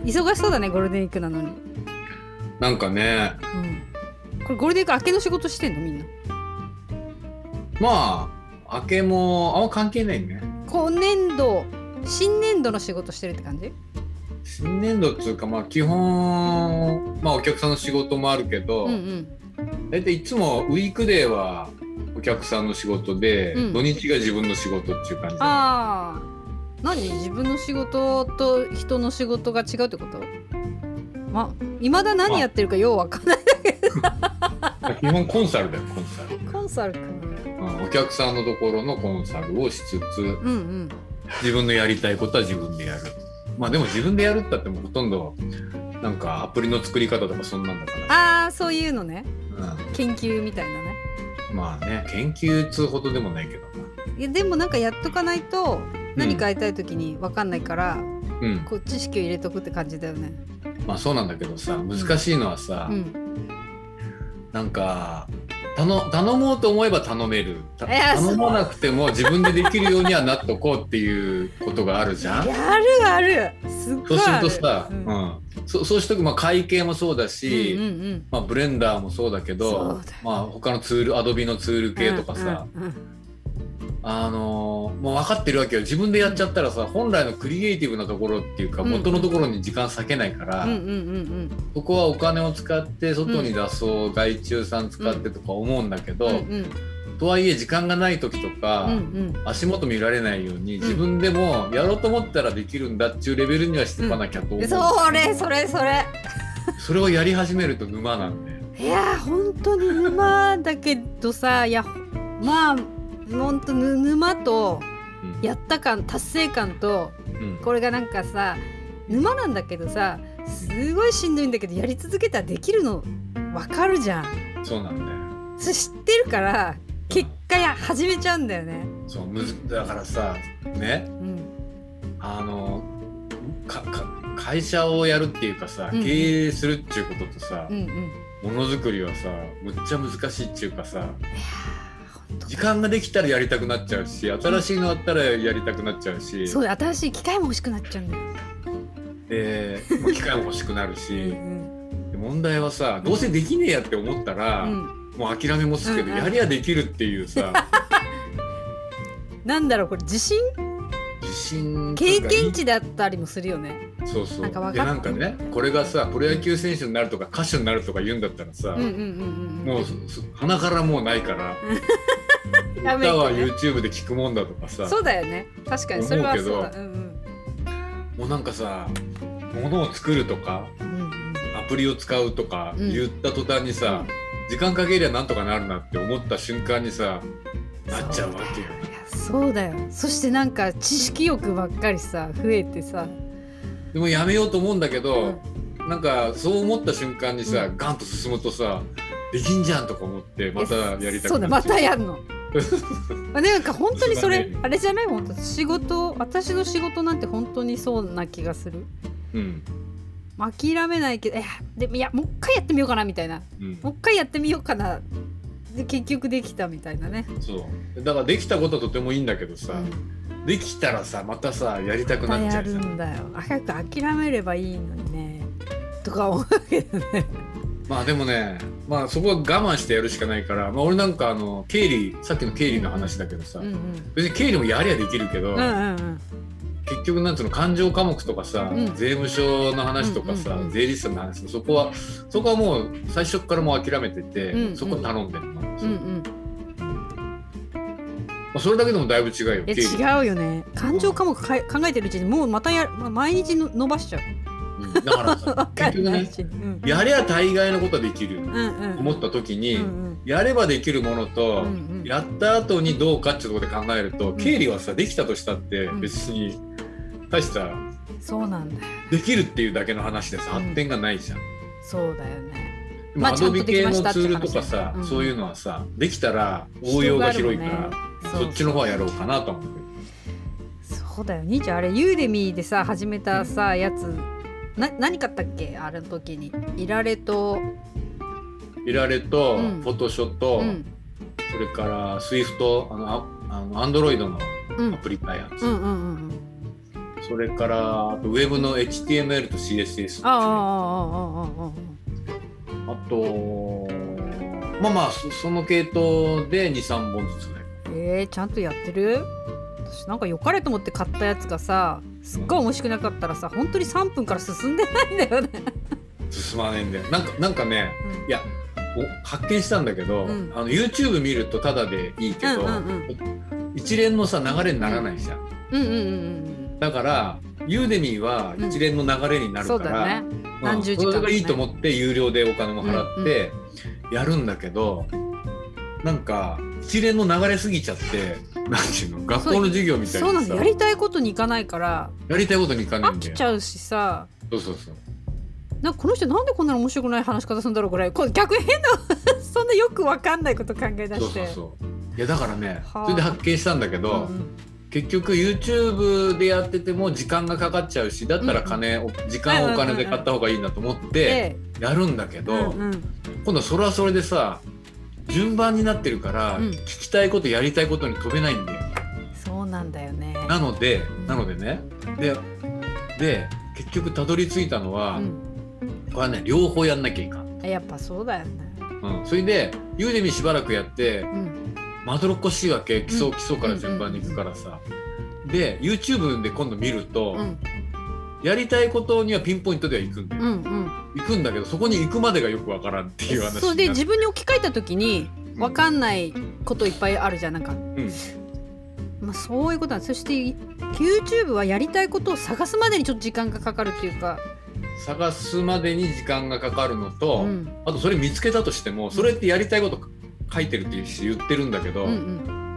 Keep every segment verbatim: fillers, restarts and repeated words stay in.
忙しそうだねゴールデンウィークなのに。 なんかね、 うん、これゴールデンウィーク明けの仕事してんのみんな。 まあ明けもあんま関係ないね。 今年度新年度の仕事してるって感じ？ 新年度っていうかまあ基本まあお客さんの仕事もあるけど、 うんうん、 大体いつもウィークデーはお客さんの仕事で、うん、土日が自分の仕事っていう感じ。 ああ、何自分の仕事と人の仕事が違うってこと？まあ未だ何やってるかようわかんないんだけど基本コンサルだよコンサル。 コンサルか、うん、 お客さんのところのコンサルをしつつ、うんうん、自分のやりたいことは自分でやる。まあでも自分でやるって言ってもほとんどなんかアプリの作り方とかそんなんだから。 ああそういうのね、うん、研究みたいなね。 まあね研究つうほどでもないけど。 いやでもなんかやっとかないと何かやりたい時に分かんないから、うん、こう知識を入れとくって感じだよね。 まあそうなんだけどさ難しいのはさ、うん、なんか頼, 頼もうと思えば頼める。頼まなくても自分でできるようにはなっとこうっていうことがあるじゃん。 あるある。すっごいある。 そうするとさ、うんうん、そ, そうしとく、まあ、会計もそうだし、うんうんうんまあ、ブレンダーもそうだけど、まあ、他のツールアドビのツール系とかさ、うんうんうん、あのー、もう分かってるわけよ。自分でやっちゃったらさ、うん、本来のクリエイティブなところっていうか、うんうん、元のところに時間割けないから、うんうんうんうん、そこはお金を使って外に出そう、うん、外注さん使ってとか思うんだけど、うんうん、とはいえ時間がない時とか、うんうん、足元見られないように自分でもやろうと思ったらできるんだっていうレベルにはしておかなきゃと思う、うん、 それそれそれそれをやり始めると沼なんで。 いや本当に沼だけどさ、いやまあ本当沼とやった感、うん、達成感と、うん、これがなんかさ沼なんだけどさすごいしんどいんだけどやり続けたらできるの分かるじゃん。 そうなんだよ。 それ知ってるから結果や始めちゃうんだよね。 そうむずだからさね、うん、あのかか会社をやるっていうかさ、うんうん、経営するっていうこととさ、うんうん、ものづくりはさむっちゃ難しいっていうかさ、時間ができたらやりたくなっちゃうし、新しいのあったらやりたくなっちゃうし、 そう新しい機械も欲しくなっちゃうんだよ。 で機械も欲しくなるしうん、で問題はさどうせできねえやって思ったら、うん、もう諦めもつけど、うん、やりゃできるっていうさなんだろうこれ自信自信経験値だったりもするよね。 そうそうなんか分かでなんかねこれがさプロ野球選手になるとか歌手になるとか言うんだったらさ、うんうんうんうん、もう鼻からもうないから歌は YouTube で聞くもんだとかさそうだよね確かにそれはそうだ、うんうん、 もうなんかさ物を作るとか、うんうん、アプリを使うとか言った途端にさ、うん、時間かけりゃなんとかなるなって思った瞬間にさなっちゃうわけよ。 そうだよ。そしてなんか知識欲ばっかりさ増えてさでもやめようと思うんだけど、うん、なんかそう思った瞬間にさ、うん、ガンと進むとさできんじゃんとか思ってまたやりたくなっちゃう。 そうだまたやるのなんか本当にそれあれじゃない本当仕事私の仕事なんて本当にそうな気がする、うん、諦めないけどいやでもいやもう一回やってみようかなみたいな、うん、もう一回やってみようかなで結局できたみたいなね。 そうだからできたことはとてもいいんだけどさ、うん、できたらさまたさやりたくなっちゃう。またやるんだよ。 早く諦めればいいのにねとか思うけどね。 まあでもねまあそこは我慢してやるしかないから、まあ、俺なんかあの経理さっきの経理の話だけどさ、うんうん、別に経理もやりゃできるけど、うんうんうん、結局なんつうの勘定科目とかさ、うん、税務署の話とかさ、うんうんうん、税理士さんの話そこはそこはもう最初からもう諦めてて、うんうん、そこ頼んでるの、うんうんまあ、それだけでもだいぶ違うよ。 え違うよね。勘定科目か考えてるうちにもうまたや、まあ、毎日の伸ばしちゃう。 うん、だからさ結局ね、うん、やれば大概のことはできる、うんうん、思った時に、うんうん、やればできるものと、うんうん、やった後にどうかっていうところで考えると、うん、経理はさできたとしたって別に大した、うん、 そうなんだよできるっていうだけの話でさ、うん、発展がないじゃん。 そうだよね。 まあ、アドビ系のツールとかさ、うん、そういうのはさできたら応用が広いから、ね、そっちの方はやろうかなと思って。 そうだよ兄ちゃんあれユーデミーでさ始めたさ、うん、やつな何買ったっけあれの時にイラレとイラレと、うん、フォトショーと、うん、それからスイフトあのあのアンドロイドのアプリ開発、うんうんうんうん、 それからあとウェブの エイチティーエムエル と シーエスエスああああああああとまあまあ そ, その系統で にさんぼんずつね。 えー、ちゃんとやってる？私なんか良かれと思って買ったやつがさすっごい面白くなかったらさ本当にさんぷんから進んでないんだよね進まないんだよ。なんかなんかね、うん、いや発見したんだけど、うん、あの YouTube 見るとタダでいいけど、うんうんうん、一連のさ流れにならないじゃん、うんうんうんうん、だからユーデミーは一連の流れになるから、うん、そうだね、まあ、何十時間ね、それがいいと思って有料でお金も払ってやるんだけど、うんうん、なんか一連の流れすぎちゃってなんていうの学校の授業みたいにさ、そうなんだ、 やりたいことにいかないからやりたいことにいかないんだよ。 飽きちゃうしさ、 そうそうそう、 なんかこの人なんでこんな面白くない話し方するんだろうぐらい逆に変なそんなよく分かんないこと考え出して、そうそうそう、いやだからねそれで発見したんだけど、うんうん、結局 YouTube でやってても時間がかかっちゃうし、だったら金、うんうん、時間をお金で買った方がいいなと思ってやるんだけど、うんうん、今度はそれはそれでさ順番になってるから、うん、聞きたいことやりたいことに飛べないんだよ。 そうなんだよね。 なので、うん、なのでねでで結局たどり着いたのは、うん、これはね両方やんなきゃいかん。 やっぱそうだよね、 うん、それでユーデミしばらくやって、うん、まどろっこしいわけ、基礎基礎から順番に行くからさ、うん、で YouTube で今度見ると、うん、やりたいことにはピンポイントでは行くんだよ、うんうん、行くんだけどそこに行くまでがよくわからんっていう話。 そうで自分に置き換えた時にわかんないこといっぱいあるじゃん、なんか、うん、まあ、そういうことなんです。そして YouTube はやりたいことを探すまでにちょっと時間がかかるっていうか、 探すまでに時間がかかるのと、うん、あとそれ見つけたとしてもそれってやりたいこと書いてるって言ってるんだけど、うんうん、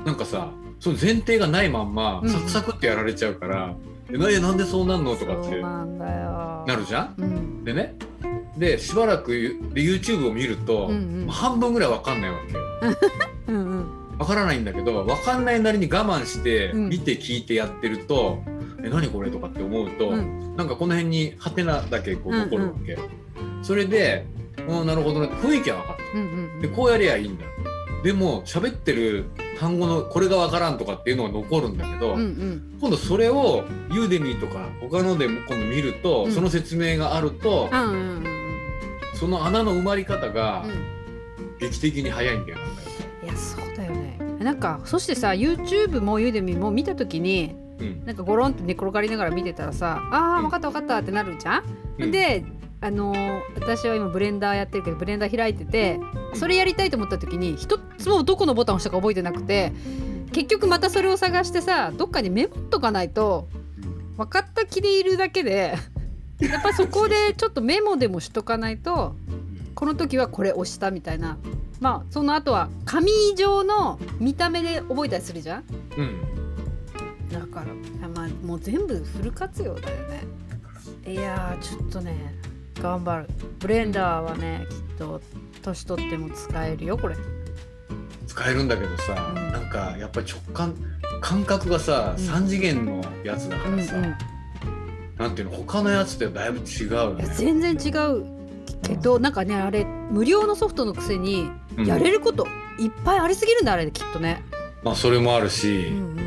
なんかさその前提がないまんまサクサクってやられちゃうから、うんうん、えなんでそうなんのとかってなるじゃん、うん、でねでしばらくで YouTube を見ると、うんうん、半分ぐらい分かんないわけようん、うん、分からないんだけど分かんないなりに我慢して見て聞いてやってると、うん、え何これとかって思うと、うん、なんかこの辺にハテナだけこう残るわけ、うんうん、それで、うん、なるほどね雰囲気は分かった、うんうんうん、でこうやりゃいいんだ。でも喋ってる単語のこれが分からんとかっていうのが残るんだけど、うんうん、今度それをユーデミーとか他ので今度見ると、うん、その説明があると、うんうんうん、その穴の埋まり方が劇的に早いんだよ、 うん、いやそうだよね。なんかそしてさ YouTube もユーデミーも見た時に、うん、なんかゴロンって寝転がりながら見てたらさあー分かった分かったってなるじゃん、うん、であのー、私は今ブレンダーやってるけどブレンダー開いててそれやりたいと思った時に一つもどこのボタンを押したか覚えてなくて結局またそれを探してさどっかにメモっとかないと分かった気でいるだけでやっぱそこでちょっとメモでもしとかないとこの時はこれ押したみたいな、まあその後は紙状の見た目で覚えたりするじゃん、うん、だからまあもう全部フル活用だよね。いやーちょっとね頑張る。ブレンダーはねきっと年取っても使えるよこれ。 使えるんだけどさ、うん、なんかやっぱり直感感覚がさ、うん、さん次元のやつだからさ、うんうん、なんていうの他のやつってだいぶ違うよね。 いや全然違うけど、うん、なんかねあれ無料のソフトのくせにやれることいっぱいありすぎるんだあれできっとね。 まあそれもあるし、うんうんうんうん、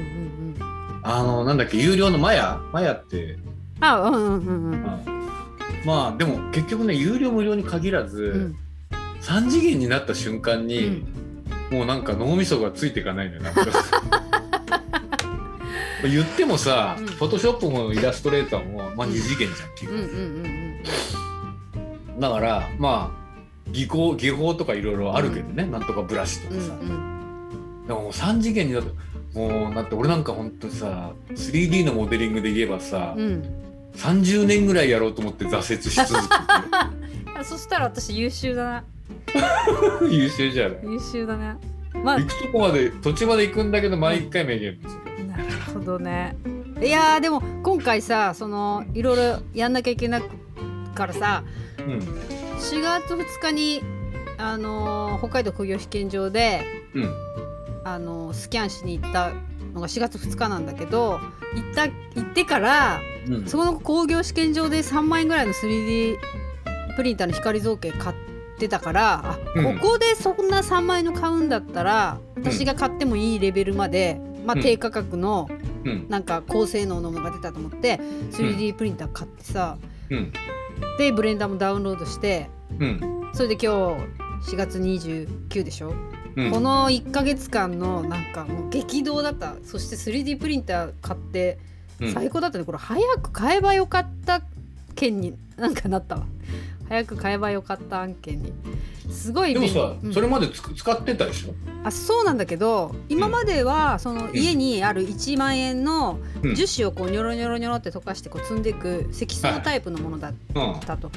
あのなんだっけ有料のマヤマヤってあうんうんうんうん、 まあでも結局ね有料無料に限らず、うん、さん次元になった瞬間に、うん、もうなんか脳みそがついていかないのよな言ってもさ、うん、フォトショップもイラストレーターも、まあ、に次元じゃん基本、うんうんうんうん、だからまあ技巧技法とかいろいろあるけどね、うん、なんとかブラシとかさ、うんうん、でももうさん次元になってもうだって俺なんかほんとさ スリーディー のモデリングで言えばさ、うんさんじゅうねんぐらいやろうと思って挫折し続けてそしたら私優秀だな優秀じゃない優秀だね、 まあ、行くとこまで途中まで行くんだけど毎回名言ですよ。 なるほどね。いやでも今回さそのいろいろやんなきゃいけないからさ、うん、しがつふつかに、あのー、北海道工業試験場で、うん、あのー、スキャンしに行ったのがしがつふつかなんだけど行った行ってから、うん、そこの工業試験場でさんまんえんぐらいの スリーディー プリンターの光造形買ってたからあ、うん、ここでそんなさんまんえんの買うんだったら私が買ってもいいレベルまでまあ、低価格のなんか高性能のものが出たと思って スリーディー プリンター買ってさ、うん、でブレンダーもダウンロードして、うん、それで今日しがつにじゅうくでしょ、うん、このいっかげつかんのなんかもう激動だった。そして スリーディー プリンター買って最高だったね、うん、これ早く買えばよかった件になんかなったわ。早く買えばよかった案件にすごい。 でもさ、うん、それまでつ使ってたでしょ。 あ、そうなんだけど今まではその家にあるいちまんえんの樹脂をこうニョロニョロニョロって溶かしてこう積んでいく積層タイプのものだったと、はい、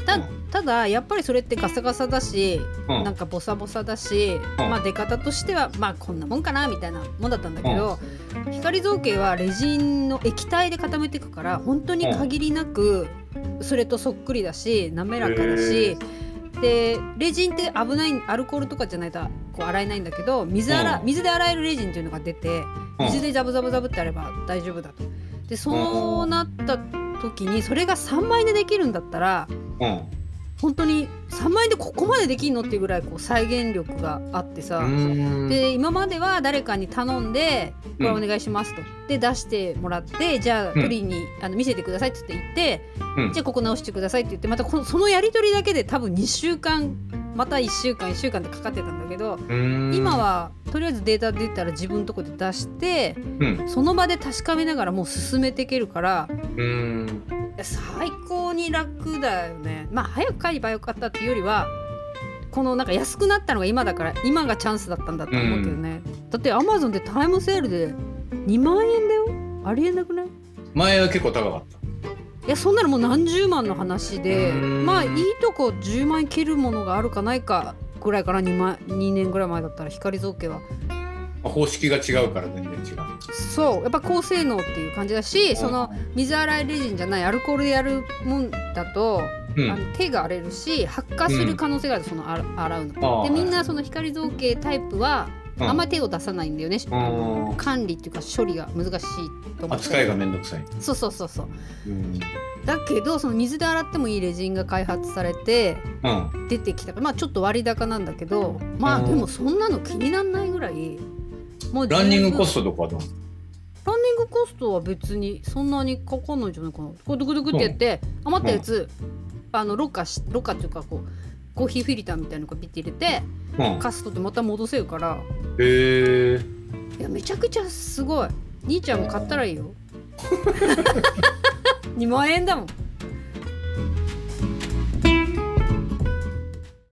た, ただやっぱりそれってガサガサだし、うん、なんかボサボサだし、うん、まあ出方としてはまあこんなもんかなみたいなもんだったんだけど、うん、光造形はレジンの液体で固めていくから本当に限りなくそれとそっくりだし滑らかだし、でレジンって危ない、アルコールとかじゃないとこう洗えないんだけど 水, 洗、うん、水で洗えるレジンっていうのが出て水でザブザブザブってあれば大丈夫だと。でそうなった時にそれがさんまんえんでできるんだったら、うん、本当にさんまんえんでここまでできるのっていうぐらいこう再現力があってさ、で今までは誰かに頼んでこれお願いしますと、うん、で出してもらってじゃあ取りに、うん、あの見せてくださいって言って、うん、じゃあここ直してくださいって言ってまたこのそのやり取りだけで多分にしゅうかんまたいっしゅうかんいっしゅうかんでかかってたんだけど、今はとりあえずデータ出たら自分のとこで出して、うん、その場で確かめながらもう進めていけるから、うーん最高に楽だよね。まあ早く買えばよかったっていうよりはこのなんか安くなったのが今だから今がチャンスだったんだと思うけどね、うん、だって Amazon でタイムセールでにまんえんだよ。ありえなくない？ 前は結構高かった。 いやそんなのもう何十万の話で、まあいいとこじゅうまんえん切るものがあるかないかぐらいかな。 2, にねんぐらい前だったら光造形は方式が違うから全然違う。 そうやっぱ高性能っていう感じだし、うん、その水洗いレジンじゃないアルコールでやるもんだと、うん、あの手が荒れるし発火する可能性がある、うん、その洗うのでみんなその光造形タイプはあんまり手を出さないんだよね、うん、あの管理っていうか処理が難しいと思って扱いがめんどくさい。 そうそうそうそう、うん、だけどその水で洗ってもいいレジンが開発されて出てきたから、まあちょっと割高なんだけどまあでもそんなの気にならないぐらいもうランニングコストとかはどう？ ランニングコストは別にそんなにかかんないんじゃないかな。こうドクドクってやって余ったやつ、うん、あのろ過しろ過っていうかこうコーヒーフィルターみたいなのをピッて入れて、うん、カストってまた戻せるから。 へー。 いやめちゃくちゃすごい。兄ちゃんも買ったらいいよにまんえんだもん。